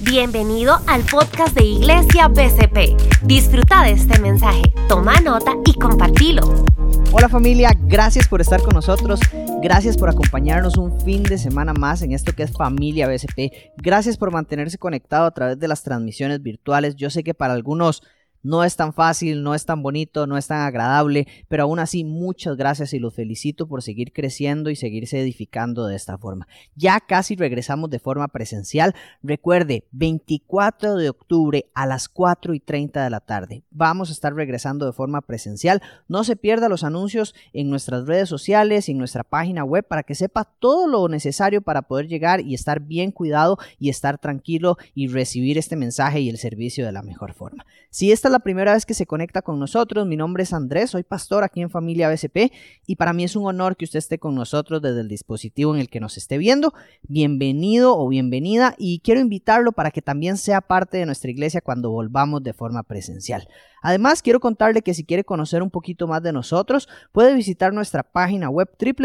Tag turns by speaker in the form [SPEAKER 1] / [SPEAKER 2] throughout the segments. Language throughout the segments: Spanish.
[SPEAKER 1] Bienvenido al podcast de Iglesia BCP. Disfruta de este mensaje, toma nota y compartilo.
[SPEAKER 2] Hola familia, gracias por estar con nosotros. Gracias por acompañarnos un fin de semana más en esto que es Familia BCP. Gracias por mantenerse conectado a través de las transmisiones virtuales. Yo sé que para algunos no es tan fácil, no es tan bonito, no es tan agradable, pero aún así muchas gracias y los felicito por seguir creciendo y seguirse edificando de esta forma. Ya casi regresamos de forma presencial. Recuerde, 24 de octubre a las 4:30 de la tarde. Vamos a estar regresando de forma presencial. No se pierda los anuncios en nuestras redes sociales y en nuestra página web para que sepa todo lo necesario para poder llegar y estar bien cuidado y estar tranquilo y recibir este mensaje y el servicio de la mejor forma. Si esta es la primera vez que se conecta con nosotros, mi nombre es Andrés, soy pastor aquí en Familia BCP y para mí es un honor que usted esté con nosotros desde el dispositivo en el que nos esté viendo. Bienvenido o bienvenida y quiero invitarlo para que también sea parte de nuestra iglesia cuando volvamos de forma presencial. Además, quiero contarle que si quiere conocer un poquito más de nosotros, puede visitar nuestra página web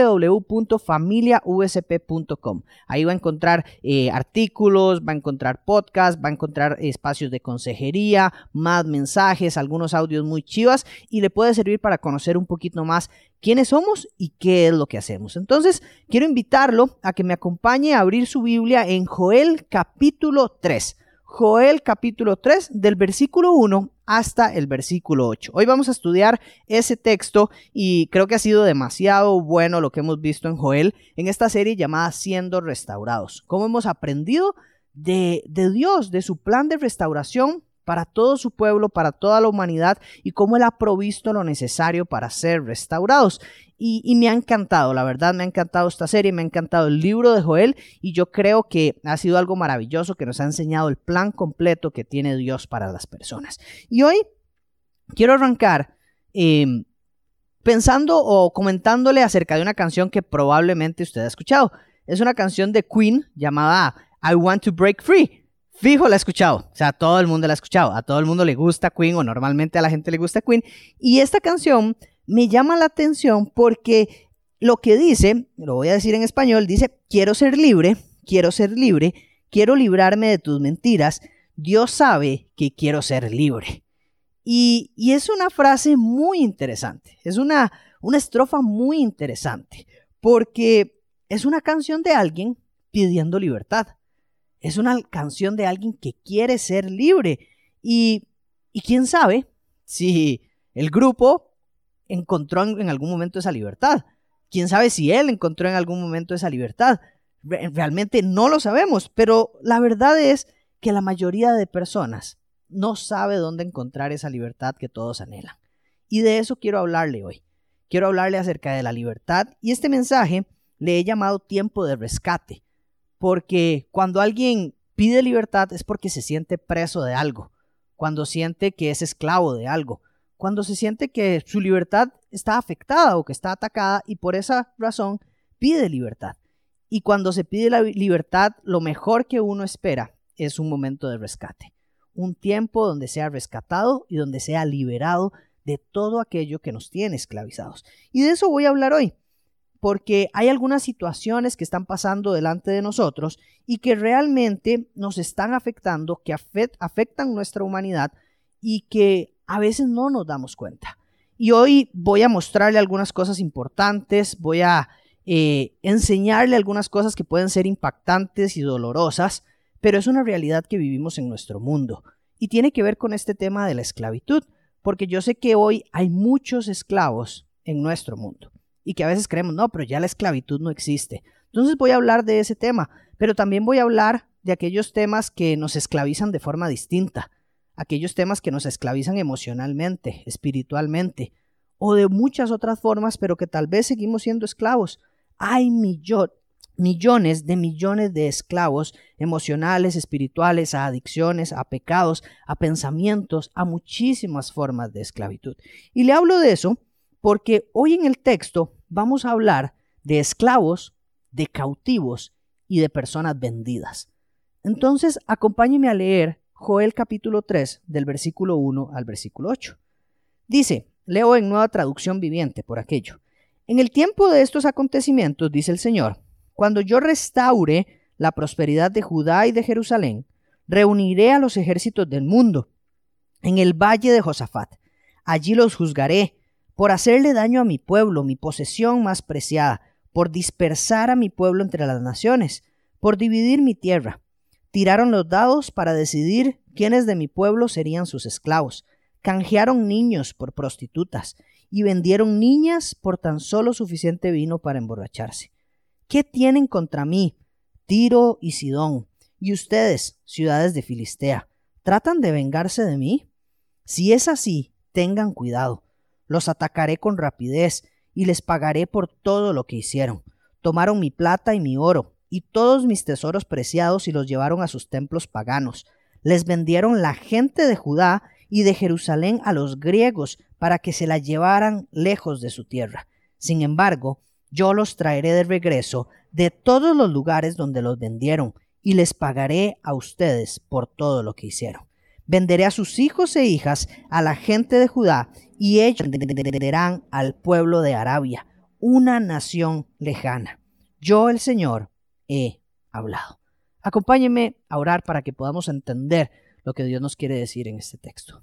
[SPEAKER 2] www.familiavsp.com. Ahí va a encontrar artículos, va a encontrar podcasts, va a encontrar espacios de consejería, más mensajes, algunos audios muy chivas y le puede servir para conocer un poquito más quiénes somos y qué es lo que hacemos. Entonces, quiero invitarlo a que me acompañe a abrir su Biblia en Joel capítulo 3. Joel capítulo 3 del versículo 1 hasta el versículo 8. Hoy vamos a estudiar ese texto y creo que ha sido demasiado bueno lo que hemos visto en Joel en esta serie llamada Siendo Restaurados. Cómo hemos aprendido de Dios, de su plan de restauración para todo su pueblo, para toda la humanidad y cómo Él ha provisto lo necesario para ser restaurados. Y me ha encantado, la verdad me ha encantado esta serie, me ha encantado el libro de Joel y yo creo que ha sido algo maravilloso que nos ha enseñado el plan completo que tiene Dios para las personas. Y hoy quiero arrancar pensando o comentándole acerca de una canción que probablemente usted ha escuchado. Es una canción de Queen llamada I Want to Break Free. Fijo, la ha escuchado, o sea, todo el mundo la ha escuchado, a todo el mundo le gusta Queen o normalmente a la gente le gusta Queen y esta canción me llama la atención porque lo que dice, lo voy a decir en español, dice quiero ser libre, quiero librarme de tus mentiras, Dios sabe que quiero ser libre. Y es una frase muy interesante, es una estrofa muy interesante porque es una canción de alguien pidiendo libertad. Es una canción de alguien que quiere ser libre y quién sabe si el grupo encontró en algún momento esa libertad. Quién sabe si él encontró en algún momento esa libertad. Realmente no lo sabemos, pero la verdad es que la mayoría de personas no sabe dónde encontrar esa libertad que todos anhelan. Y de eso quiero hablarle hoy. Quiero hablarle acerca de la libertad y este mensaje le he llamado tiempo de rescate. Porque cuando alguien pide libertad es porque se siente preso de algo, cuando siente que es esclavo de algo, cuando se siente que su libertad está afectada o que está atacada y por esa razón pide libertad. Y cuando se pide la libertad, lo mejor que uno espera es un momento de rescate, un tiempo donde sea rescatado y donde sea liberado de todo aquello que nos tiene esclavizados. Y de eso voy a hablar hoy. Porque hay algunas situaciones que están pasando delante de nosotros y que realmente nos están afectando, que afectan nuestra humanidad y que a veces no nos damos cuenta. Y hoy voy a mostrarle algunas cosas importantes, voy a enseñarle algunas cosas que pueden ser impactantes y dolorosas, pero es una realidad que vivimos en nuestro mundo y tiene que ver con este tema de la esclavitud, porque yo sé que hoy hay muchos esclavos en nuestro mundo. Y que a veces creemos, no, pero ya la esclavitud no existe. Entonces voy a hablar de ese tema, pero también voy a hablar de aquellos temas que nos esclavizan de forma distinta, aquellos temas que nos esclavizan emocionalmente, espiritualmente, o de muchas otras formas, pero que tal vez seguimos siendo esclavos. Hay millones de esclavos emocionales, espirituales, a adicciones, a pecados, a pensamientos, a muchísimas formas de esclavitud. Y le hablo de eso porque hoy en el texto vamos a hablar de esclavos, de cautivos y de personas vendidas. Entonces, acompáñeme a leer Joel capítulo 3 del versículo 1 al versículo 8. Dice, leo en Nueva Traducción Viviente por aquello. En el tiempo de estos acontecimientos, dice el Señor, cuando yo restaure la prosperidad de Judá y de Jerusalén, Reuniré a los ejércitos del mundo en el valle de Josafat. Allí los juzgaré por hacerle daño a mi pueblo, mi posesión más preciada, por dispersar a mi pueblo entre las naciones, por dividir mi tierra. Tiraron los dados para decidir quiénes de mi pueblo serían sus esclavos. Canjearon niños por prostitutas y vendieron niñas por tan solo suficiente vino para emborracharse. ¿Qué tienen contra mí, Tiro y Sidón? Y ustedes, ciudades de Filistea, ¿tratan de vengarse de mí? Si es así, tengan cuidado. Los atacaré con rapidez y les pagaré por todo lo que hicieron. Tomaron mi plata y mi oro y todos mis tesoros preciados y los llevaron a sus templos paganos. Les vendieron la gente de Judá y de Jerusalén a los griegos para que se la llevaran lejos de su tierra. Sin embargo, yo los traeré de regreso de todos los lugares donde los vendieron y les pagaré a ustedes por todo lo que hicieron. Venderé a sus hijos e hijas a la gente de Judá y ellos venderán al pueblo de Arabia, una nación lejana. Yo, el Señor, he hablado. Acompáñenme a orar para que podamos entender lo que Dios nos quiere decir en este texto.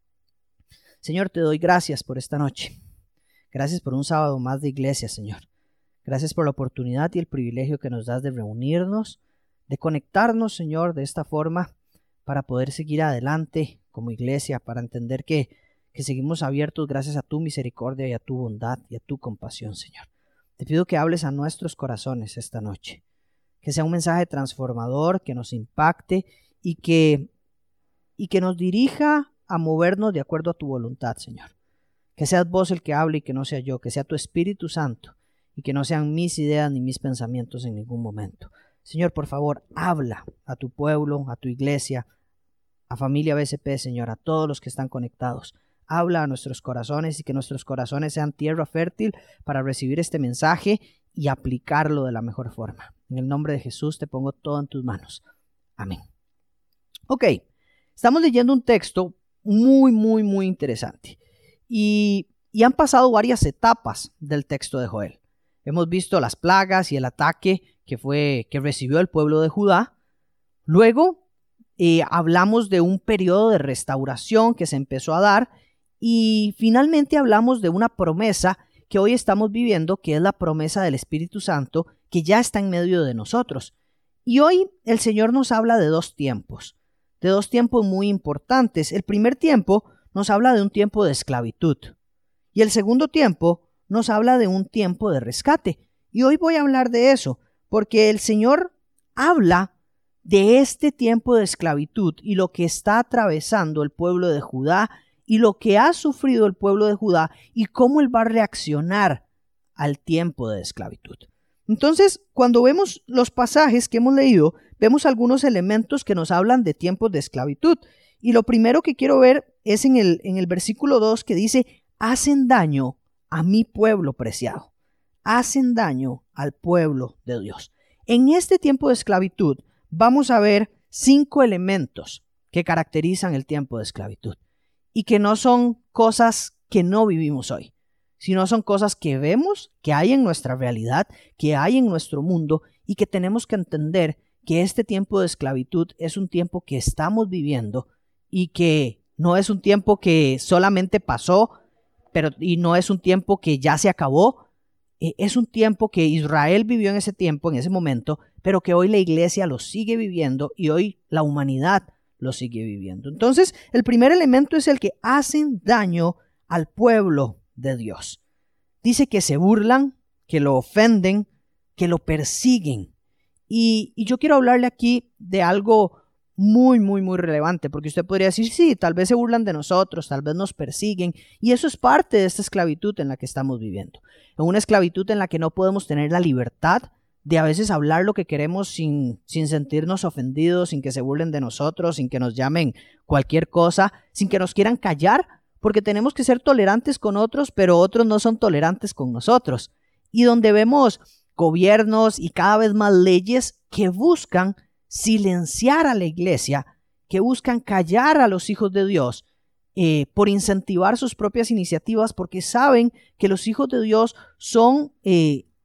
[SPEAKER 2] Señor, te doy gracias por esta noche. Gracias por un sábado más de iglesia, Señor. Gracias por la oportunidad y el privilegio que nos das de reunirnos, de conectarnos, Señor, de esta forma para poder seguir adelante como iglesia, para entender que seguimos abiertos gracias a tu misericordia y a tu bondad y a tu compasión, Señor. Te pido que hables a nuestros corazones esta noche, que sea un mensaje transformador, que nos impacte y que nos dirija a movernos de acuerdo a tu voluntad, Señor. Que seas vos el que hable y que no sea yo, que sea tu Espíritu Santo y que no sean mis ideas ni mis pensamientos en ningún momento. Señor, por favor, habla a tu pueblo, a tu iglesia, a Familia BCP, Señor, a todos los que están conectados. Habla a nuestros corazones y que nuestros corazones sean tierra fértil para recibir este mensaje y aplicarlo de la mejor forma. En el nombre de Jesús te pongo todo en tus manos. Amén. Ok, estamos leyendo un texto muy interesante y han pasado varias etapas del texto de Joel. Hemos visto las plagas y el ataque que recibió el pueblo de Judá. Luego hablamos de un periodo de restauración que se empezó a dar y finalmente hablamos de una promesa que hoy estamos viviendo, que es la promesa del Espíritu Santo que ya está en medio de nosotros. Y hoy el Señor nos habla de dos tiempos muy importantes. El primer tiempo nos habla de un tiempo de esclavitud y el segundo tiempo nos habla de un tiempo de rescate. Y hoy voy a hablar de eso, porque el Señor habla de este tiempo de esclavitud y lo que está atravesando el pueblo de Judá y lo que ha sufrido el pueblo de Judá y cómo Él va a reaccionar al tiempo de esclavitud. Entonces, cuando vemos los pasajes que hemos leído, vemos algunos elementos que nos hablan de tiempos de esclavitud. Y lo primero que quiero ver es en el versículo 2 que dice, hacen daño a mi pueblo preciado. Hacen daño al pueblo de Dios. En este tiempo de esclavitud vamos a ver 5 elementos que caracterizan el tiempo de esclavitud y que no son cosas que no vivimos hoy, sino son cosas que vemos, que hay en nuestra realidad, que hay en nuestro mundo y que tenemos que entender que este tiempo de esclavitud es un tiempo que estamos viviendo y que no es un tiempo que solamente pasó, y no es un tiempo que ya se acabó. Es un tiempo que Israel vivió en ese tiempo, en ese momento, pero que hoy la iglesia lo sigue viviendo y hoy la humanidad lo sigue viviendo. Entonces, el primer elemento es el que hacen daño al pueblo de Dios. Dice que se burlan, que lo ofenden, que lo persiguen. Y yo quiero hablarle aquí de algo muy relevante, porque usted podría decir, sí, tal vez se burlan de nosotros, tal vez nos persiguen, y eso es parte de esta esclavitud en la que estamos viviendo. En una esclavitud en la que no podemos tener la libertad de a veces hablar lo que queremos sin sentirnos ofendidos, sin que se burlen de nosotros, sin que nos llamen cualquier cosa, sin que nos quieran callar, porque tenemos que ser tolerantes con otros, pero otros no son tolerantes con nosotros. Y donde vemos gobiernos y cada vez más leyes que buscan silenciar a la iglesia, que buscan callar a los hijos de Dios por incentivar sus propias iniciativas, porque saben que los hijos de Dios son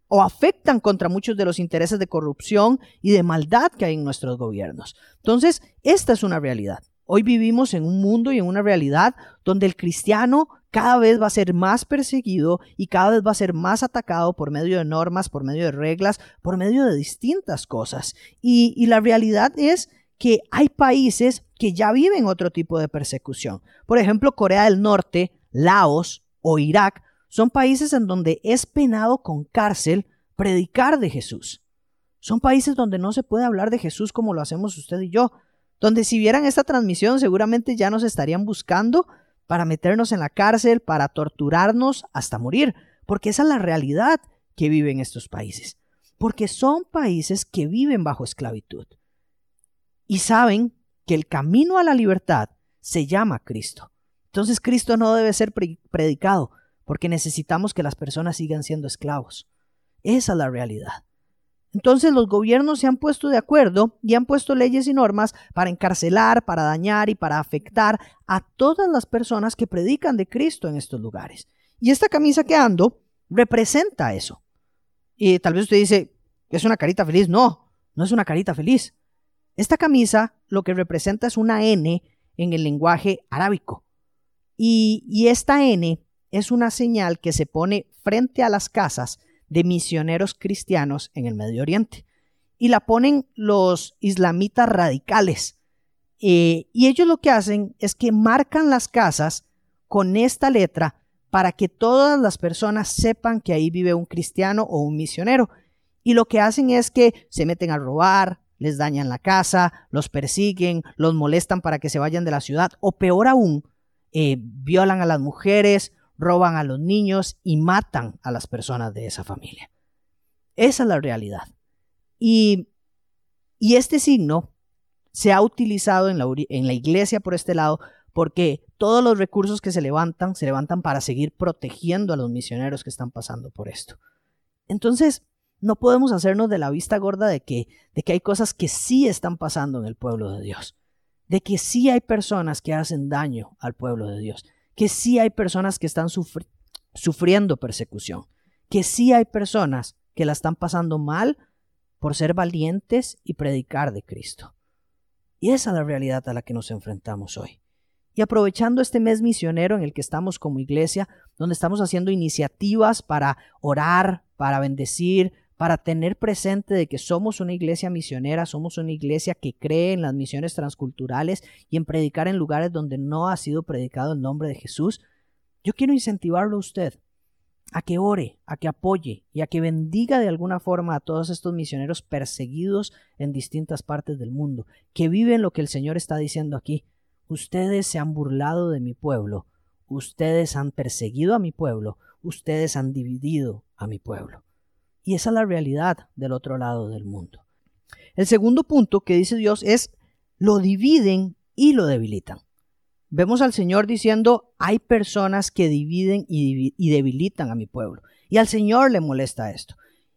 [SPEAKER 2] o afectan contra muchos de los intereses de corrupción y de maldad que hay en nuestros gobiernos. Entonces, esta es una realidad. Hoy vivimos en un mundo y en una realidad donde el cristiano cada vez va a ser más perseguido y cada vez va a ser más atacado por medio de normas, por medio de reglas, por medio de distintas cosas. Y la realidad es que hay países que ya viven otro tipo de persecución. Por ejemplo, Corea del Norte, Laos o Irak son países en donde es penado con cárcel predicar de Jesús. Son países donde no se puede hablar de Jesús como lo hacemos usted y yo, donde si vieran esta transmisión seguramente ya nos estarían buscando para meternos en la cárcel, para torturarnos hasta morir, porque esa es la realidad que viven estos países, porque son países que viven bajo esclavitud y saben que el camino a la libertad se llama Cristo. Entonces Cristo no debe ser predicado, porque necesitamos que las personas sigan siendo esclavos. Esa es la realidad. Entonces los gobiernos se han puesto de acuerdo y han puesto leyes y normas para encarcelar, para dañar y para afectar a todas las personas que predican de Cristo en estos lugares. Y esta camisa que ando representa eso. Y tal vez usted dice, ¿es una carita feliz? No, no es una carita feliz. Esta camisa lo que representa es una N en el lenguaje arábico. Y esta N es una señal que se pone frente a las casas de misioneros cristianos en el Medio Oriente. Y la ponen los islamitas radicales. Y ellos lo que hacen es que marcan las casas con esta letra para que todas las personas sepan que ahí vive un cristiano o un misionero. Y lo que hacen es que se meten a robar, les dañan la casa, los persiguen, los molestan para que se vayan de la ciudad, o peor aún, violan a las mujeres, roban a los niños y matan a las personas de esa familia. Esa es la realidad. Y este signo se ha utilizado en la iglesia por este lado porque todos los recursos que se levantan para seguir protegiendo a los misioneros que están pasando por esto. Entonces, no podemos hacernos de la vista gorda de que hay cosas que sí están pasando en el pueblo de Dios, de que sí hay personas que hacen daño al pueblo de Dios, que sí hay personas que están sufriendo persecución, que sí hay personas que la están pasando mal por ser valientes y predicar de Cristo. Y esa es la realidad a la que nos enfrentamos hoy. Y aprovechando este mes misionero en el que estamos como iglesia, donde estamos haciendo iniciativas para orar, para bendecir, para tener presente de que somos una iglesia misionera, somos una iglesia que cree en las misiones transculturales y en predicar en lugares donde no ha sido predicado el nombre de Jesús, yo quiero incentivarlo a usted a que ore, a que apoye y a que bendiga de alguna forma a todos estos misioneros perseguidos en distintas partes del mundo, que viven lo que el Señor está diciendo aquí. Ustedes se han burlado de mi pueblo, ustedes han perseguido a mi pueblo, ustedes han dividido a mi pueblo. Y esa es la realidad del otro lado del mundo. El segundo punto que dice Dios es, lo dividen y lo debilitan. Vemos al Señor diciendo, hay personas que dividen y debilitan a mi pueblo. Y al Señor le molesta esto.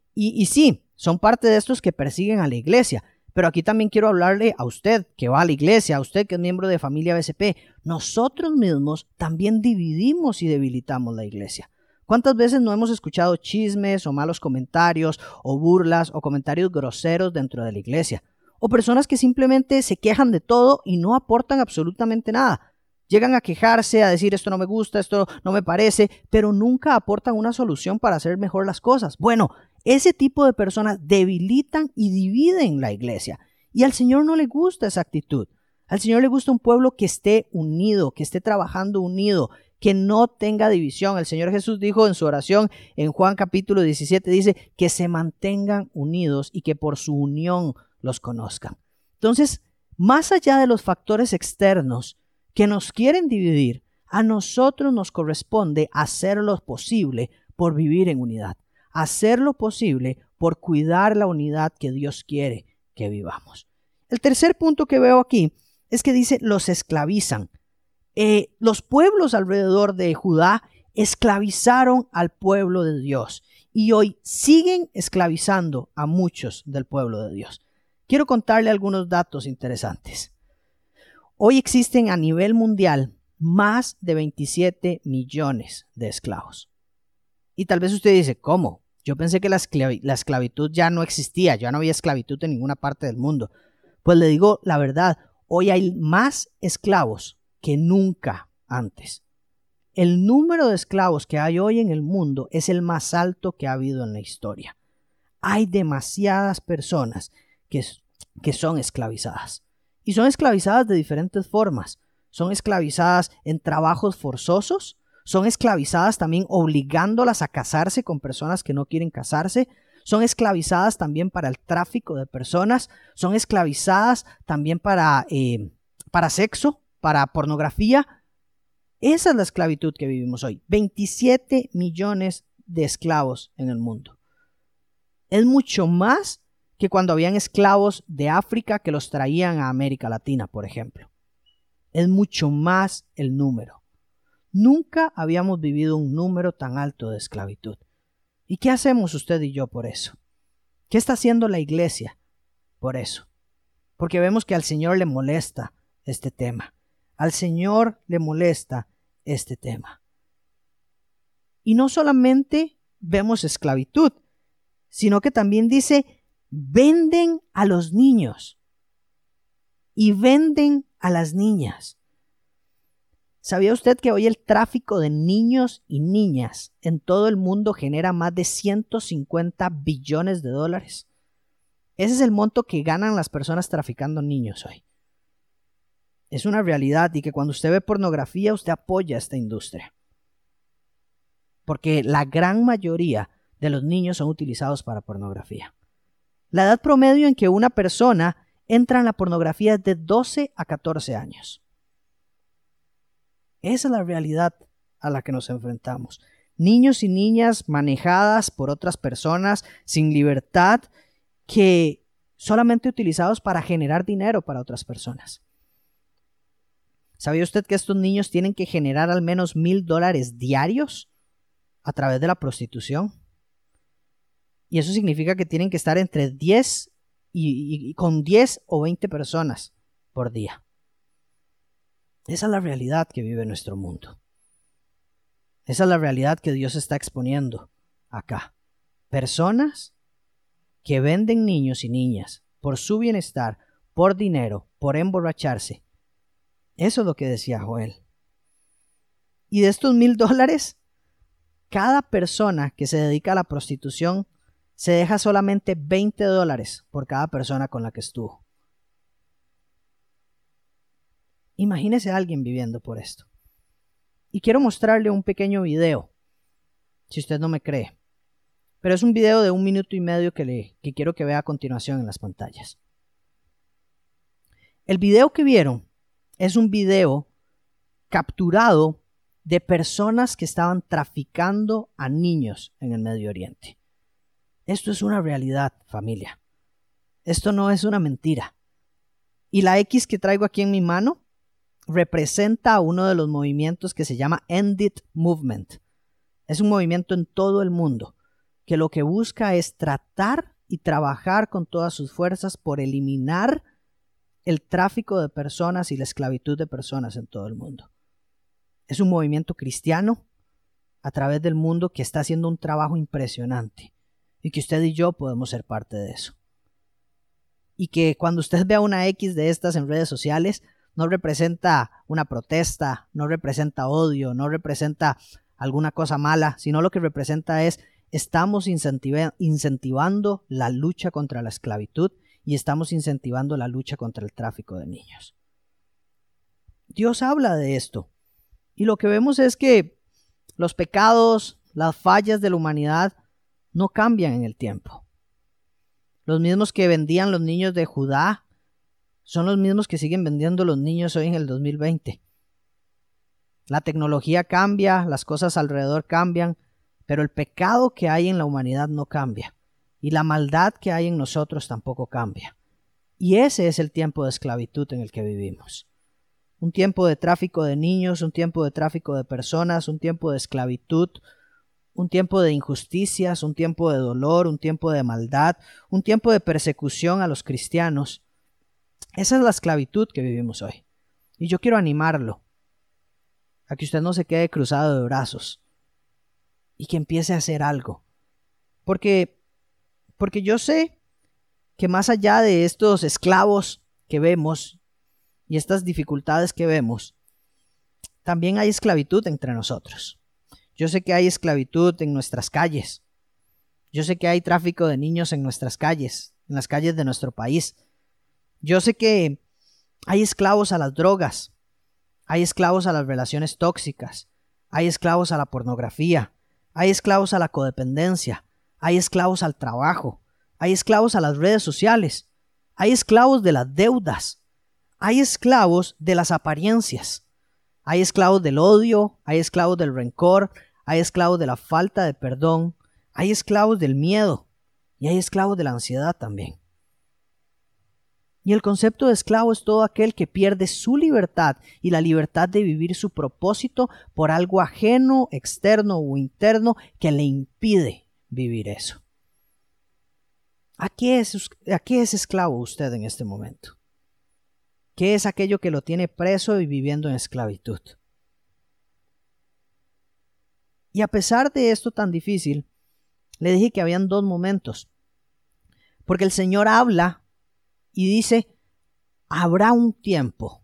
[SPEAKER 2] Y sí, son parte de estos que persiguen a la iglesia. Pero aquí también quiero hablarle a usted que va a la iglesia, a usted que es miembro de Familia BCP. Nosotros mismos también dividimos y debilitamos la iglesia. ¿Cuántas veces no hemos escuchado chismes o malos comentarios o burlas o comentarios groseros dentro de la iglesia? O personas que simplemente se quejan de todo y no aportan absolutamente nada. Llegan a quejarse, a decir esto no me gusta, esto no me parece, pero nunca aportan una solución para hacer mejor las cosas. Bueno, ese tipo de personas debilitan y dividen la iglesia. Y al Señor no le gusta esa actitud. Al Señor le gusta un pueblo que esté unido, que esté trabajando unido, que no tenga división. El Señor Jesús dijo en su oración en Juan capítulo 17, dice que se mantengan unidos y que por su unión los conozcan. Entonces, más allá de los factores externos que nos quieren dividir, a nosotros nos corresponde hacer lo posible por vivir en unidad, hacer lo posible por cuidar la unidad que Dios quiere que vivamos. El tercer punto que veo aquí es que dice los esclavizan. Los pueblos alrededor de Judá esclavizaron al pueblo de Dios y hoy siguen esclavizando a muchos del pueblo de Dios. Quiero contarle algunos datos interesantes. Hoy existen a nivel mundial más de 27 millones de esclavos. Y tal vez usted dice, ¿cómo? Yo pensé que la esclavitud ya no existía, ya no había esclavitud en ninguna parte del mundo. Pues le digo la verdad, hoy hay más esclavos que nunca antes. El número de esclavos que hay hoy en el mundo es el más alto que ha habido en la historia. Hay demasiadas personas que son esclavizadas. Y son esclavizadas de diferentes formas. Son esclavizadas en trabajos forzosos. Son esclavizadas también obligándolas a casarse con personas que no quieren casarse. Son esclavizadas también para el tráfico de personas. Son esclavizadas también para sexo, para pornografía. Esa es la esclavitud que vivimos hoy. 27 millones de esclavos en el mundo. Es mucho más que cuando habían esclavos de África que los traían a América Latina, por ejemplo. Es mucho más el número. Nunca habíamos vivido un número tan alto de esclavitud. ¿Y qué hacemos usted y yo por eso? ¿Qué está haciendo la iglesia por eso? Porque vemos que al Señor le molesta este tema. Al Señor le molesta este tema. Y no solamente vemos esclavitud, sino que también dice, venden a los niños y venden a las niñas. ¿Sabía usted que hoy el tráfico de niños y niñas en todo el mundo genera más de 150 billones de dólares? Ese es el monto que ganan las personas traficando niños hoy. Es una realidad, y que cuando usted ve pornografía, usted apoya esta industria. Porque la gran mayoría de los niños son utilizados para pornografía. La edad promedio en que una persona entra en la pornografía es de 12 a 14 años. Esa es la realidad a la que nos enfrentamos. Niños y niñas manejadas por otras personas sin libertad, que solamente utilizados para generar dinero para otras personas. ¿Sabía usted que estos niños tienen que generar al menos $1,000 diarios a través de la prostitución? Y eso significa que tienen que estar entre 10 y con 10 o 20 personas por día. Esa es la realidad que vive nuestro mundo. Esa es la realidad que Dios está exponiendo acá. Personas que venden niños y niñas por su bienestar, por dinero, por emborracharse. Eso es lo que decía Joel. Y de estos $1,000, cada persona que se dedica a la prostitución se deja solamente $20 por cada persona con la que estuvo. Imagínese a alguien viviendo por esto. Y quiero mostrarle un pequeño video, si usted no me cree. Pero es un video de 1 minuto y medio que quiero que vea a continuación en las pantallas. El video que vieron es un video capturado de personas que estaban traficando a niños en el Medio Oriente. Esto es una realidad, familia. Esto no es una mentira. Y la X que traigo aquí en mi mano representa a uno de los movimientos que se llama End It Movement. Es un movimiento en todo el mundo que lo que busca es tratar y trabajar con todas sus fuerzas por eliminar el tráfico de personas y la esclavitud de personas en todo el mundo. Es un movimiento cristiano a través del mundo que está haciendo un trabajo impresionante y que usted y yo podemos ser parte de eso. Y que cuando usted vea una X de estas en redes sociales, no representa una protesta, no representa odio, no representa alguna cosa mala, sino lo que representa es estamos incentivando la lucha contra la esclavitud y estamos incentivando la lucha contra el tráfico de niños. Dios habla de esto y lo que vemos es que los pecados, las fallas de la humanidad no cambian en el tiempo. Los mismos que vendían los niños de Judá son los mismos que siguen vendiendo los niños hoy en el 2020. La tecnología cambia, las cosas alrededor cambian, pero el pecado que hay en la humanidad no cambia. Y la maldad que hay en nosotros tampoco cambia. Y ese es el tiempo de esclavitud en el que vivimos. Un tiempo de tráfico de niños, un tiempo de tráfico de personas, un tiempo de esclavitud, un tiempo de injusticias, un tiempo de dolor, un tiempo de maldad, un tiempo de persecución a los cristianos. Esa es la esclavitud que vivimos hoy. Y yo quiero animarlo a que usted no se quede cruzado de brazos y que empiece a hacer algo. Porque yo sé que más allá de estos esclavos que vemos y estas dificultades que vemos, también hay esclavitud entre nosotros. Yo sé que hay esclavitud en nuestras calles. Yo sé que hay tráfico de niños en nuestras calles, en las calles de nuestro país. Yo sé que hay esclavos a las drogas, hay esclavos a las relaciones tóxicas, hay esclavos a la pornografía, hay esclavos a la codependencia, hay esclavos al trabajo, hay esclavos a las redes sociales, hay esclavos de las deudas, hay esclavos de las apariencias, hay esclavos del odio, hay esclavos del rencor, hay esclavos de la falta de perdón, hay esclavos del miedo y hay esclavos de la ansiedad también. Y el concepto de esclavo es todo aquel que pierde su libertad y la libertad de vivir su propósito por algo ajeno, externo o interno que le impide vivir eso. ¿A qué es esclavo usted en este momento? ¿Qué es aquello que lo tiene preso y viviendo en esclavitud? Y a pesar de esto tan difícil, le dije que habían dos momentos. Porque el Señor habla y dice, habrá un tiempo,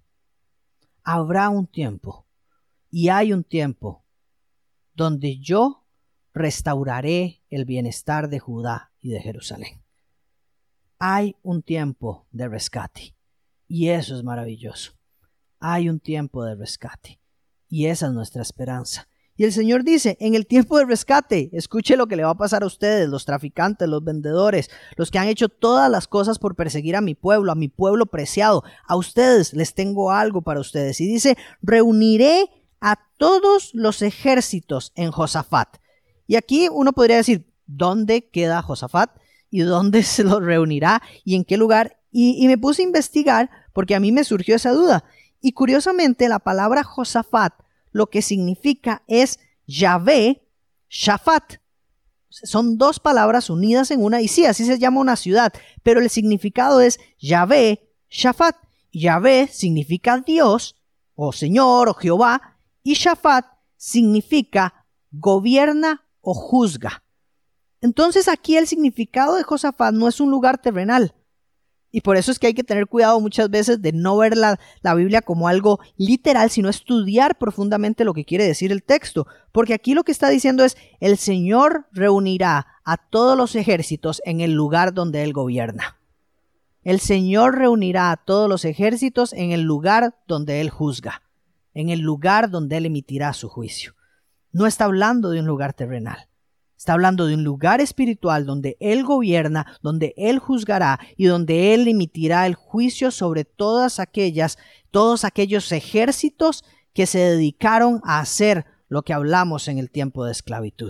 [SPEAKER 2] y hay un tiempo donde yo restauraré el bienestar de Judá y de Jerusalén. Hay un tiempo de rescate, y eso es maravilloso. Hay un tiempo de rescate, y esa es nuestra esperanza. Y el Señor dice, en el tiempo de rescate, escuche lo que le va a pasar a ustedes, los traficantes, los vendedores, los que han hecho todas las cosas por perseguir a mi pueblo preciado. A ustedes les tengo algo para ustedes. Y dice, reuniré a todos los ejércitos en Josafat. Y aquí uno podría decir, ¿dónde queda Josafat? ¿Y dónde se los reunirá? ¿Y en qué lugar? Y me puse a investigar porque a mí me surgió esa duda. Y curiosamente la palabra Josafat lo que significa es Yahvé Shafat. Son dos palabras unidas en una y sí, así se llama una ciudad, pero el significado es Yahvé Shafat. Yahvé significa Dios o Señor o Jehová y Shafat significa gobierna o juzga. Entonces aquí el significado de Josafat no es un lugar terrenal. Y por eso es que hay que tener cuidado muchas veces de no ver la Biblia como algo literal, sino estudiar profundamente lo que quiere decir el texto. Porque aquí lo que está diciendo es, el Señor reunirá a todos los ejércitos en el lugar donde Él gobierna. El Señor reunirá a todos los ejércitos en el lugar donde Él juzga, en el lugar donde Él emitirá su juicio. No está hablando de un lugar terrenal. Está hablando de un lugar espiritual donde Él gobierna, donde Él juzgará y donde Él emitirá el juicio sobre todos aquellos ejércitos que se dedicaron a hacer lo que hablamos en el tiempo de esclavitud.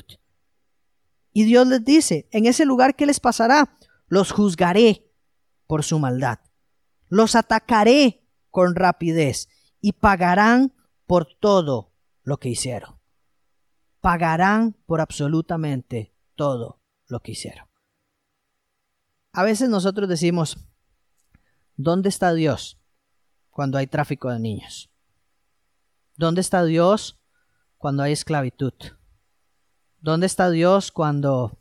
[SPEAKER 2] Y Dios les dice, en ese lugar, ¿qué les pasará? Los juzgaré por su maldad. Los atacaré con rapidez y pagarán por todo lo que hicieron. Pagarán por absolutamente todo lo que hicieron. A veces nosotros decimos, ¿dónde está Dios cuando hay tráfico de niños? ¿Dónde está Dios cuando hay esclavitud? ¿Dónde está Dios cuando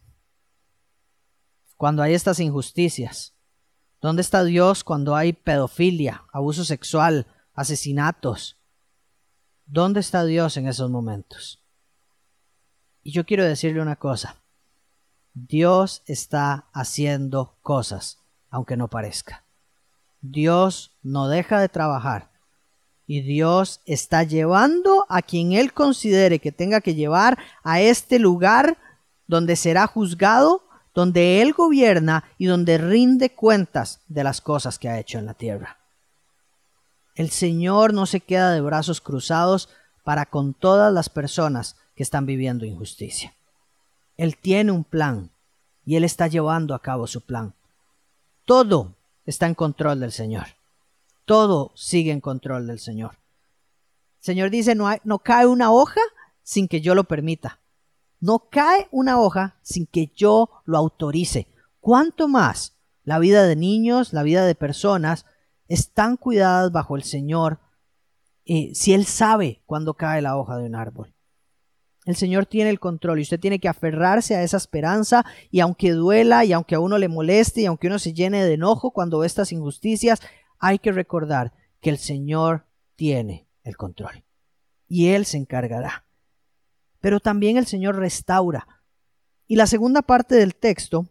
[SPEAKER 2] hay estas injusticias? ¿Dónde está Dios cuando hay pedofilia, abuso sexual, asesinatos? ¿Dónde está Dios en esos momentos? Y yo quiero decirle una cosa, Dios está haciendo cosas, aunque no parezca. Dios no deja de trabajar y Dios está llevando a quien Él considere que tenga que llevar a este lugar donde será juzgado, donde Él gobierna y donde rinde cuentas de las cosas que ha hecho en la tierra. El Señor no se queda de brazos cruzados para con todas las personas que están viviendo injusticia. Él tiene un plan y Él está llevando a cabo su plan. Todo está en control del Señor. Todo sigue en control del Señor. El Señor dice, no cae una hoja sin que yo lo permita. No cae una hoja sin que yo lo autorice. ¿Cuánto más la vida de niños, la vida de personas están cuidadas bajo el Señor si Él sabe cuándo cae la hoja de un árbol? El Señor tiene el control y usted tiene que aferrarse a esa esperanza, y aunque duela y aunque a uno le moleste y aunque uno se llene de enojo cuando ve estas injusticias, hay que recordar que el Señor tiene el control y Él se encargará. Pero también el Señor restaura. Y la segunda parte del texto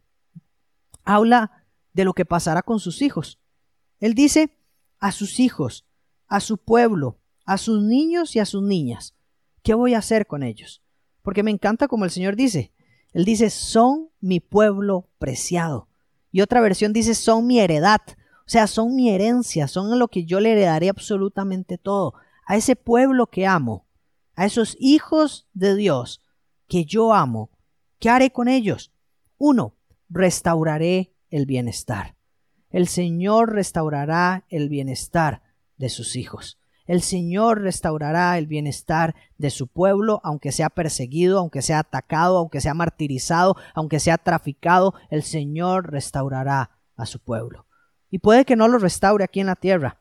[SPEAKER 2] habla de lo que pasará con sus hijos. Él dice a sus hijos, a su pueblo, a sus niños y a sus niñas. ¿Qué voy a hacer con ellos? Porque me encanta como el Señor dice. Él dice, son mi pueblo preciado. Y otra versión dice, son mi heredad. O sea, son mi herencia, son lo que yo le heredaré absolutamente todo. A ese pueblo que amo, a esos hijos de Dios que yo amo, ¿qué haré con ellos? 1, restauraré el bienestar. El Señor restaurará el bienestar de sus hijos. El Señor restaurará el bienestar de su pueblo, aunque sea perseguido, aunque sea atacado, aunque sea martirizado, aunque sea traficado. El Señor restaurará a su pueblo. Y puede que no lo restaure aquí en la tierra,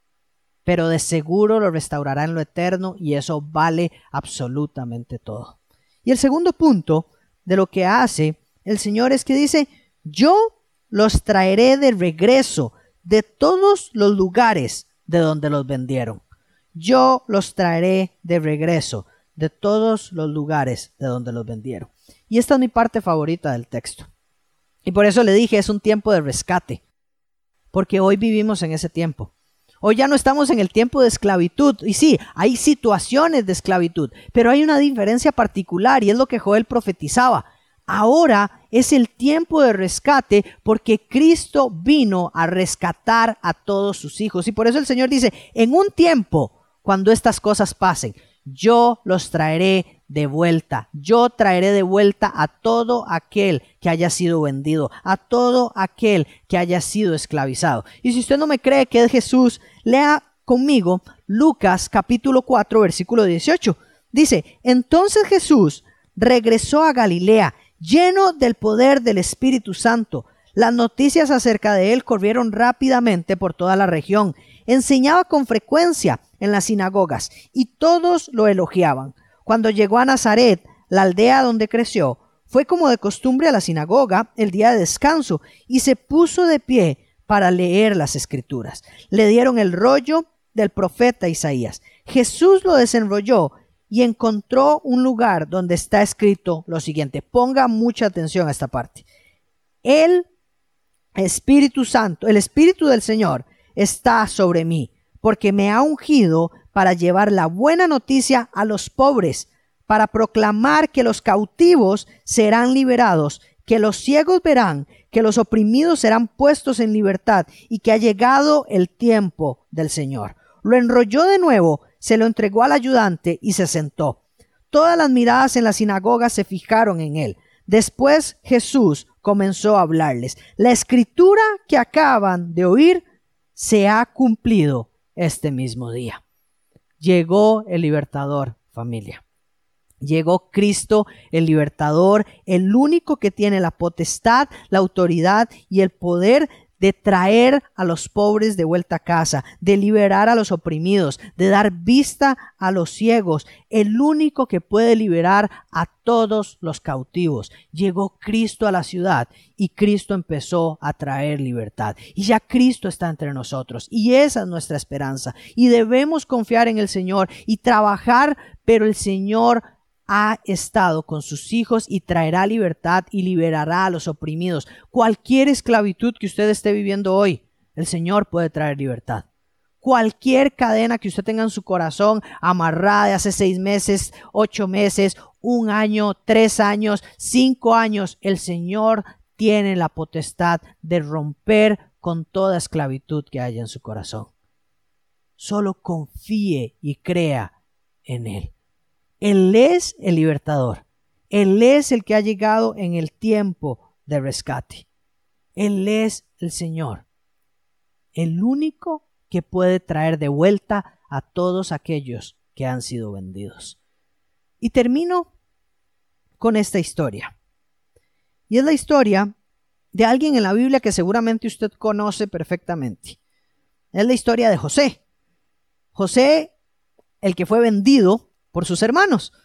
[SPEAKER 2] pero de seguro lo restaurará en lo eterno, y eso vale absolutamente todo. Y el segundo punto de lo que hace el Señor es que dice, yo los traeré de regreso de todos los lugares de donde los vendieron. Yo los traeré de regreso de todos los lugares de donde los vendieron. Y esta es mi parte favorita del texto. Y por eso le dije, es un tiempo de rescate. Porque hoy vivimos en ese tiempo. Hoy ya no estamos en el tiempo de esclavitud. Y sí, hay situaciones de esclavitud, pero hay una diferencia particular, y es lo que Joel profetizaba. Ahora es el tiempo de rescate, porque Cristo vino a rescatar a todos sus hijos. Y por eso el Señor dice, en un tiempo, cuando estas cosas pasen, yo los traeré de vuelta. Yo traeré de vuelta a todo aquel que haya sido vendido, a todo aquel que haya sido esclavizado. Y si usted no me cree que es Jesús, lea conmigo Lucas capítulo 4, versículo 18. Dice, entonces Jesús regresó a Galilea, lleno del poder del Espíritu Santo. Las noticias acerca de él corrieron rápidamente por toda la región. Enseñaba con frecuencia en las sinagogas y todos lo elogiaban. Cuando llegó a Nazaret, la aldea donde creció, fue como de costumbre a la sinagoga el día de descanso y se puso de pie para leer las Escrituras. Le dieron el rollo del profeta Isaías. Jesús lo desenrolló y encontró un lugar donde está escrito lo siguiente. Ponga mucha atención a esta parte. El Espíritu Santo, el Espíritu del Señor está sobre mí, porque me ha ungido para llevar la buena noticia a los pobres, para proclamar que los cautivos serán liberados, que los ciegos verán, que los oprimidos serán puestos en libertad, y que ha llegado el tiempo del Señor. Lo enrolló de nuevo, se lo entregó al ayudante y se sentó. Todas las miradas en la sinagoga se fijaron en él. Después Jesús comenzó a hablarles. La escritura que acaban de oír se ha cumplido este mismo día. Llegó el libertador, familia. Llegó Cristo, el libertador, el único que tiene la potestad, la autoridad y el poder de traer a los pobres de vuelta a casa, de liberar a los oprimidos, de dar vista a los ciegos, el único que puede liberar a todos los cautivos. Llegó Cristo a la ciudad y Cristo empezó a traer libertad. Y ya Cristo está entre nosotros y esa es nuestra esperanza. Y debemos confiar en el Señor y trabajar, pero el Señor ha estado con sus hijos y traerá libertad y liberará a los oprimidos. Cualquier esclavitud que usted esté viviendo hoy, el Señor puede traer libertad. Cualquier cadena que usted tenga en su corazón, amarrada de hace 6 meses, 8 meses, 1 año, 3 años, 5 años, el Señor tiene la potestad de romper con toda esclavitud que haya en su corazón. Solo confíe y crea en Él. Él es el libertador. Él es el que ha llegado en el tiempo de rescate. Él es el Señor, el único que puede traer de vuelta a todos aquellos que han sido vendidos. Y termino con esta historia. Y es la historia de alguien en la Biblia que seguramente usted conoce perfectamente. Es la historia de José. José, el que fue vendido por sus hermanos.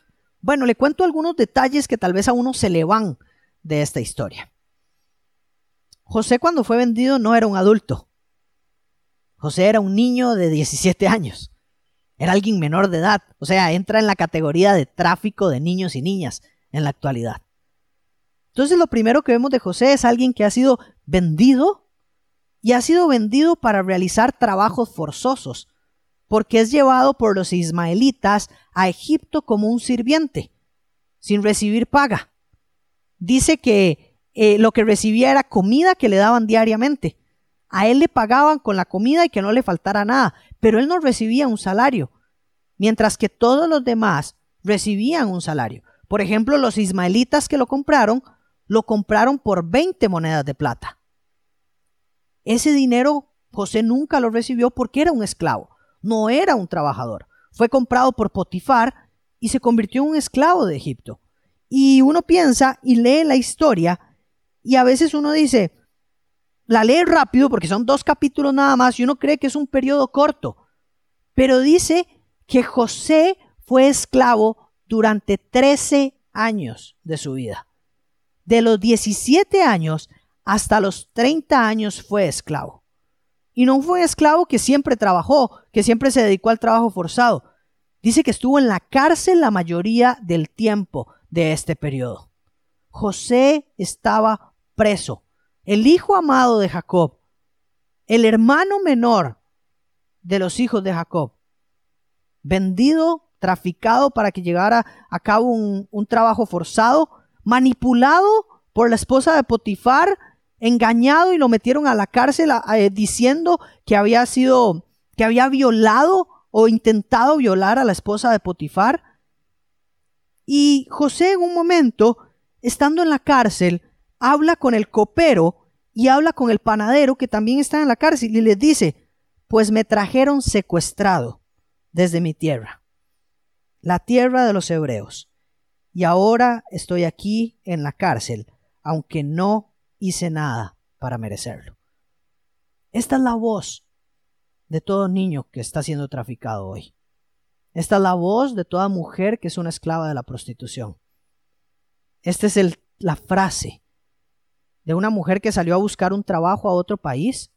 [SPEAKER 2] Bueno, le cuento algunos detalles que tal vez a uno se le van de esta historia. José, cuando fue vendido, no era un adulto. José era un niño de 17 años. Era alguien menor de edad. O sea, entra en la categoría de tráfico de niños y niñas en la actualidad. Entonces, lo primero que vemos de José es alguien que ha sido vendido, y ha sido vendido para realizar trabajos forzosos, porque es llevado por los ismaelitas a Egipto como un sirviente, sin recibir paga. Dice que lo que recibía era comida que le daban diariamente. A él le pagaban con la comida y que no le faltara nada, pero él no recibía un salario, mientras que todos los demás recibían un salario. Por ejemplo, los ismaelitas que lo compraron por 20 monedas de plata. Ese dinero José nunca lo recibió porque era un esclavo, no era un trabajador. Fue comprado por Potifar y se convirtió en un esclavo de Egipto. Y uno piensa y lee la historia y a veces uno dice, la lee rápido porque son 2 capítulos nada más y uno cree que es un periodo corto. Pero dice que José fue esclavo durante 13 años de su vida. De los 17 años hasta los 30 años fue esclavo. Y no fue un esclavo que siempre trabajó, que siempre se dedicó al trabajo forzado. Dice que estuvo en la cárcel la mayoría del tiempo de este periodo. José estaba preso. El hijo amado de Jacob, el hermano menor de los hijos de Jacob, vendido, traficado para que llevara a cabo un trabajo forzado, manipulado por la esposa de Potifar, engañado y lo metieron a la cárcel diciendo que había violado o intentado violar a la esposa de Potifar. Y José en un momento, estando en la cárcel, habla con el copero y habla con el panadero que también está en la cárcel y les dice, pues me trajeron secuestrado desde mi tierra, la tierra de los hebreos, y ahora estoy aquí en la cárcel, aunque no hice nada para merecerlo. Esta es la voz de todo niño que está siendo traficado hoy. Esta es la voz de toda mujer que es una esclava de la prostitución. Esta es la frase de una mujer que salió a buscar un trabajo a otro país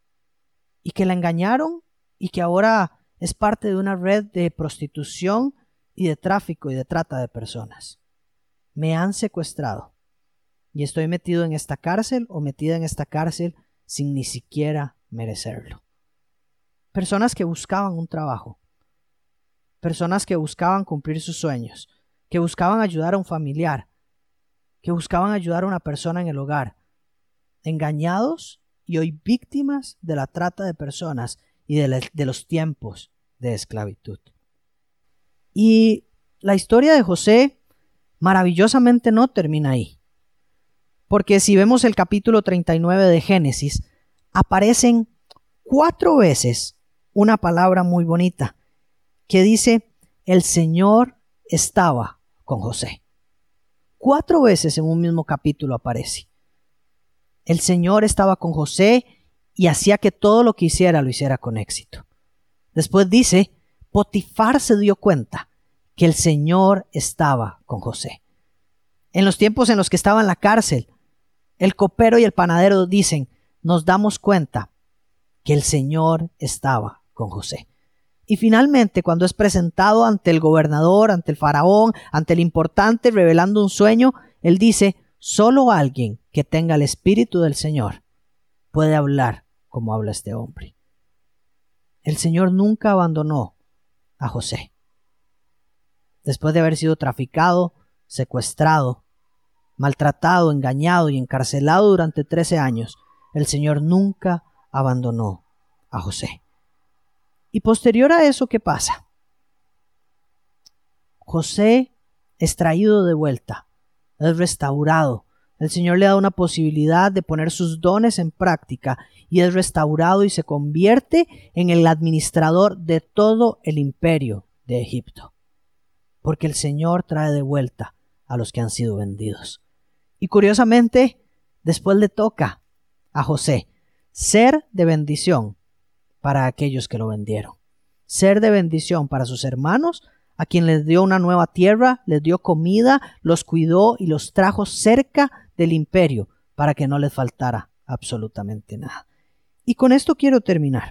[SPEAKER 2] y que la engañaron y que ahora es parte de una red de prostitución y de tráfico y de trata de personas. Me han secuestrado y estoy metido en esta cárcel o metida en esta cárcel sin ni siquiera merecerlo. Personas que buscaban un trabajo, personas que buscaban cumplir sus sueños, que buscaban ayudar a un familiar, que buscaban ayudar a una persona en el hogar, engañados y hoy víctimas de la trata de personas y de los tiempos de esclavitud. Y la historia de José maravillosamente no termina ahí, porque si vemos el capítulo 39 de Génesis, aparecen 4 veces una palabra muy bonita que dice, el Señor estaba con José. 4 veces en un mismo capítulo aparece. El Señor estaba con José y hacía que todo lo que hiciera lo hiciera con éxito. Después dice, Potifar se dio cuenta que el Señor estaba con José. En los tiempos en los que estaba en la cárcel, el copero y el panadero dicen, nos damos cuenta que el Señor estaba con José. Y finalmente, cuando es presentado ante el gobernador, ante el faraón, ante el importante, revelando un sueño, él dice, solo alguien que tenga el Espíritu del Señor puede hablar como habla este hombre. El Señor nunca abandonó a José. Después de haber sido traficado, secuestrado, maltratado, engañado y encarcelado durante 13 años, el Señor nunca abandonó a José. Y posterior a eso, ¿qué pasa? José es traído de vuelta, es restaurado. El Señor le da una posibilidad de poner sus dones en práctica y es restaurado y se convierte en el administrador de todo el imperio de Egipto. Porque el Señor trae de vuelta a los que han sido vendidos. Y curiosamente, después le toca a José ser de bendición para aquellos que lo vendieron. Ser de bendición para sus hermanos a quien les dio una nueva tierra, les dio comida, los cuidó y los trajo cerca del imperio para que no les faltara absolutamente nada. Y con esto quiero terminar.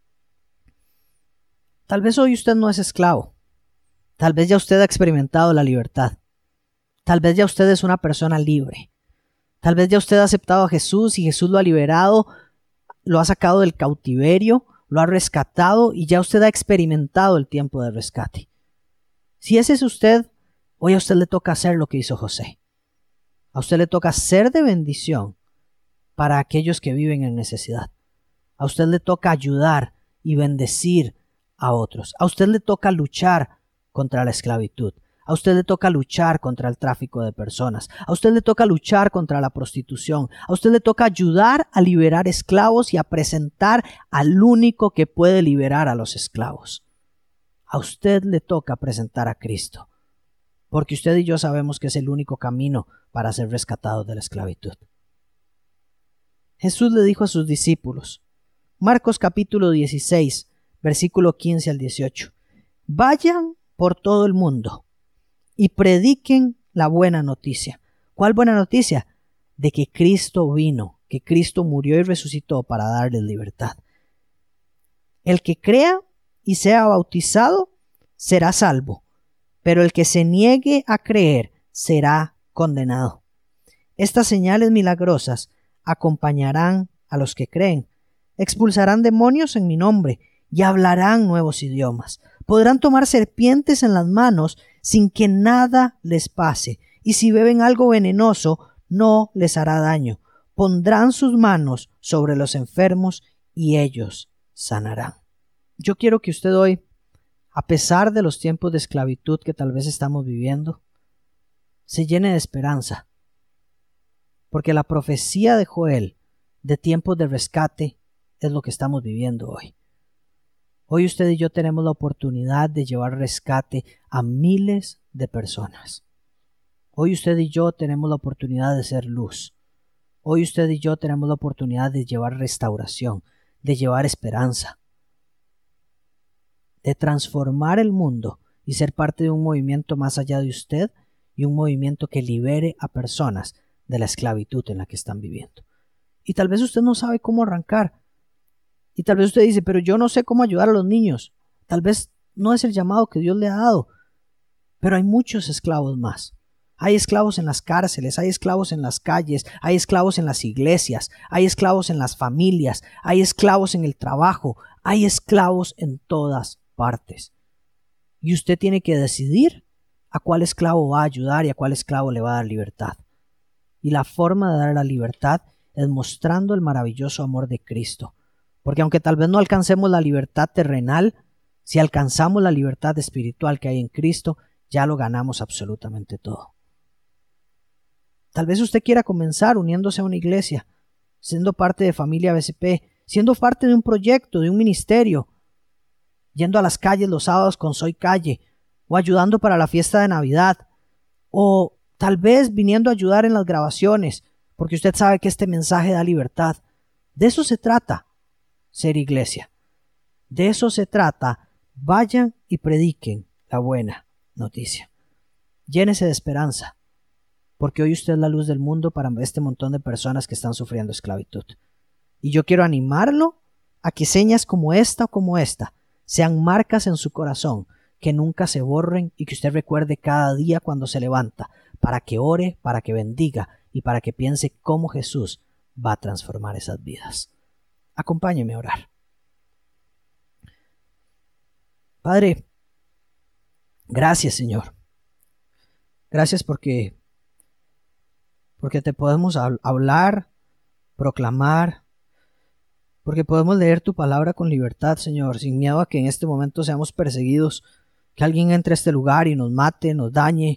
[SPEAKER 2] Tal vez hoy usted no es esclavo. Tal vez ya usted ha experimentado la libertad. Tal vez ya usted es una persona libre. Tal vez ya usted ha aceptado a Jesús y Jesús lo ha liberado, lo ha sacado del cautiverio, lo ha rescatado y ya usted ha experimentado el tiempo de rescate. Si ese es usted, hoy a usted le toca hacer lo que hizo José. A usted le toca ser de bendición para aquellos que viven en necesidad. A usted le toca ayudar y bendecir a otros. A usted le toca luchar contra la esclavitud. A usted le toca luchar contra el tráfico de personas. A usted le toca luchar contra la prostitución. A usted le toca ayudar a liberar esclavos y a presentar al único que puede liberar a los esclavos. A usted le toca presentar a Cristo, porque usted y yo sabemos que es el único camino para ser rescatados de la esclavitud. Jesús le dijo a sus discípulos, Marcos capítulo 16, versículo 15 al 18, vayan por todo el mundo y prediquen la buena noticia. ¿Cuál buena noticia? De que Cristo vino, que Cristo murió y resucitó para darles libertad. El que crea y sea bautizado será salvo, pero el que se niegue a creer será condenado. Estas señales milagrosas acompañarán a los que creen. Expulsarán demonios en mi nombre y hablarán nuevos idiomas. Podrán tomar serpientes en las manos sin que nada les pase, y si beben algo venenoso no les hará daño. Pondrán sus manos sobre los enfermos y ellos sanarán. Yo quiero que usted hoy, a pesar de los tiempos de esclavitud que tal vez estamos viviendo, se llene de esperanza, porque la profecía de Joel de tiempos de rescate es lo que estamos viviendo hoy. Hoy usted y yo tenemos la oportunidad de llevar rescate a miles de personas. Hoy usted y yo tenemos la oportunidad de ser luz. Hoy usted y yo tenemos la oportunidad de llevar restauración, de llevar esperanza, de transformar el mundo y ser parte de un movimiento más allá de usted y un movimiento que libere a personas de la esclavitud en la que están viviendo. Y tal vez usted no sabe cómo arrancar. Y tal vez usted dice, pero yo no sé cómo ayudar a los niños. Tal vez no es el llamado que Dios le ha dado. Pero hay muchos esclavos más. Hay esclavos en las cárceles, hay esclavos en las calles, hay esclavos en las iglesias, hay esclavos en las familias, hay esclavos en el trabajo, hay esclavos en todas partes. Y usted tiene que decidir a cuál esclavo va a ayudar y a cuál esclavo le va a dar libertad. Y la forma de dar la libertad es mostrando el maravilloso amor de Cristo. Porque aunque tal vez no alcancemos la libertad terrenal, si alcanzamos la libertad espiritual que hay en Cristo, ya lo ganamos absolutamente todo. Tal vez usted quiera comenzar uniéndose a una iglesia, siendo parte de Familia BCP, siendo parte de un proyecto, de un ministerio, yendo a las calles los sábados con Soy Calle, o ayudando para la fiesta de Navidad, o tal vez viniendo a ayudar en las grabaciones, porque usted sabe que este mensaje da libertad. De eso se trata ser iglesia. De eso se trata. Vayan y prediquen la buena noticia. Llénese de esperanza, porque hoy usted es la luz del mundo para este montón de personas que están sufriendo esclavitud. Y yo quiero animarlo a que señas como esta o como esta sean marcas en su corazón, que nunca se borren y que usted recuerde cada día cuando se levanta, para que ore, para que bendiga y para que piense cómo Jesús va a transformar esas vidas. Acompáñeme a orar. Padre, gracias, Señor. Gracias porque te podemos hablar, proclamar, porque podemos leer tu palabra con libertad, Señor, sin miedo a que en este momento seamos perseguidos, que alguien entre a este lugar y nos mate, nos dañe,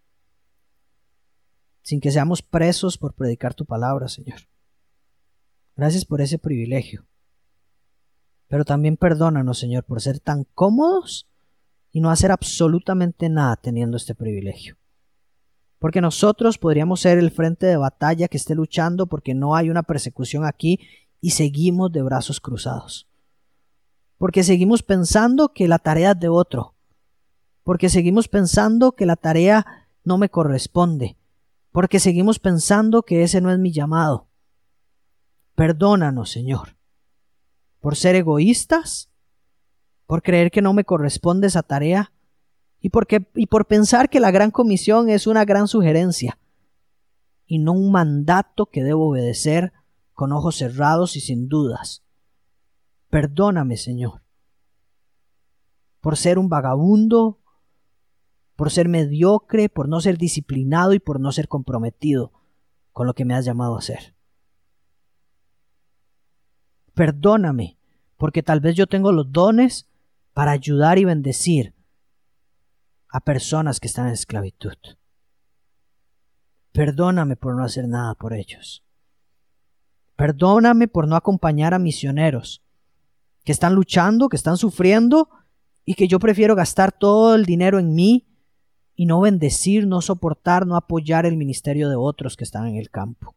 [SPEAKER 2] sin que seamos presos por predicar tu palabra, Señor. Gracias por ese privilegio. Pero también perdónanos, Señor, por ser tan cómodos y no hacer absolutamente nada teniendo este privilegio. Porque nosotros podríamos ser el frente de batalla que esté luchando porque no hay una persecución aquí y seguimos de brazos cruzados. Porque seguimos pensando que la tarea es de otro. porque seguimos pensando que la tarea no me corresponde, porque seguimos pensando que ese no es mi llamado. Perdónanos, Señor, por ser egoístas, por creer que no me corresponde esa tarea y por pensar que la gran comisión es una gran sugerencia y no un mandato que debo obedecer con ojos cerrados y sin dudas. Perdóname, Señor, por ser un vagabundo, por ser mediocre, por no ser disciplinado y por no ser comprometido con lo que me has llamado a hacer. Perdóname, porque tal vez yo tengo los dones para ayudar y bendecir a personas que están en esclavitud. Perdóname por no hacer nada por ellos. Perdóname por no acompañar a misioneros que están luchando, que están sufriendo y que yo prefiero gastar todo el dinero en mí y no bendecir, no soportar, no apoyar el ministerio de otros que están en el campo.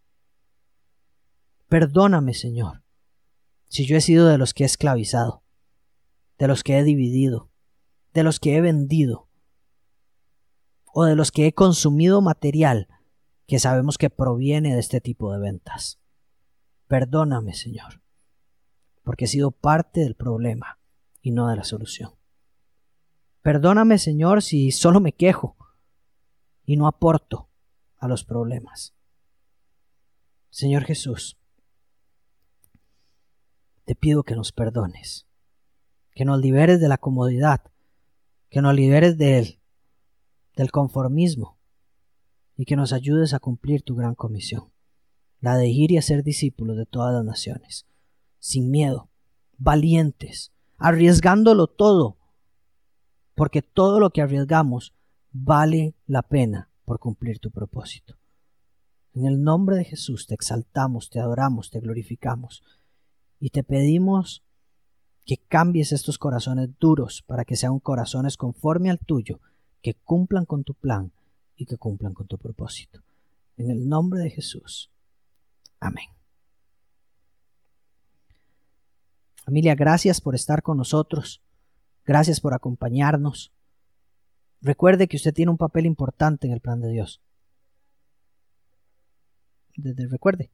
[SPEAKER 2] Perdóname, Señor, si yo he sido de los que he esclavizado, de los que he dividido, de los que he vendido o de los que he consumido material que sabemos que proviene de este tipo de ventas. Perdóname, Señor, porque he sido parte del problema y no de la solución. Perdóname, Señor, si solo me quejo y no aporto a los problemas. Señor Jesús, te pido que nos perdones, que nos liberes de la comodidad, que nos liberes del conformismo y que nos ayudes a cumplir tu gran comisión, la de ir y hacer discípulos de todas las naciones, sin miedo, valientes, arriesgándolo todo, porque todo lo que arriesgamos vale la pena por cumplir tu propósito. En el nombre de Jesús te exaltamos, te adoramos, te glorificamos y te pedimos que cambies estos corazones duros para que sean corazones conforme al tuyo, que cumplan con tu plan y que cumplan con tu propósito. En el nombre de Jesús. Amén. Familia, gracias por estar con nosotros. Gracias por acompañarnos. Recuerde que usted tiene un papel importante en el plan de Dios. Recuerde.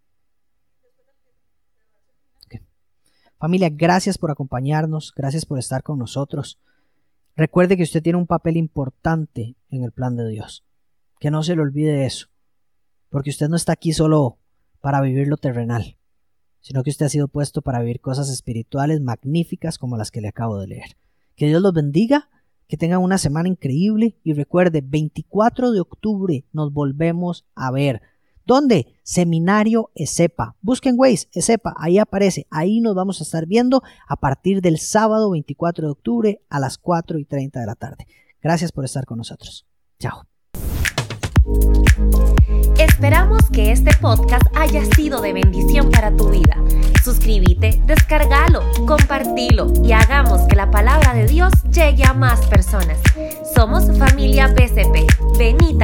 [SPEAKER 2] Okay. Familia, gracias por acompañarnos. Gracias por estar con nosotros. Recuerde que usted tiene un papel importante en el plan de Dios. Que no se le olvide eso. Porque usted no está aquí solo para vivir lo terrenal, sino que usted ha sido puesto para vivir cosas espirituales magníficas como las que le acabo de leer. Que Dios los bendiga, que tengan una semana increíble y recuerde, 24 de octubre nos volvemos a ver. ¿Dónde? Seminario ESEPA. Busquen Waze, ESEPA, ahí aparece. Ahí nos vamos a estar viendo a partir del sábado 24 de octubre a las 4:30 de la tarde. Gracias por estar con nosotros. Chao.
[SPEAKER 1] Esperamos que este podcast haya sido de bendición para tu vida. Suscríbete, descárgalo, compartilo y hagamos que la palabra de Dios llegue a más personas. Somos Familia BCP. Venid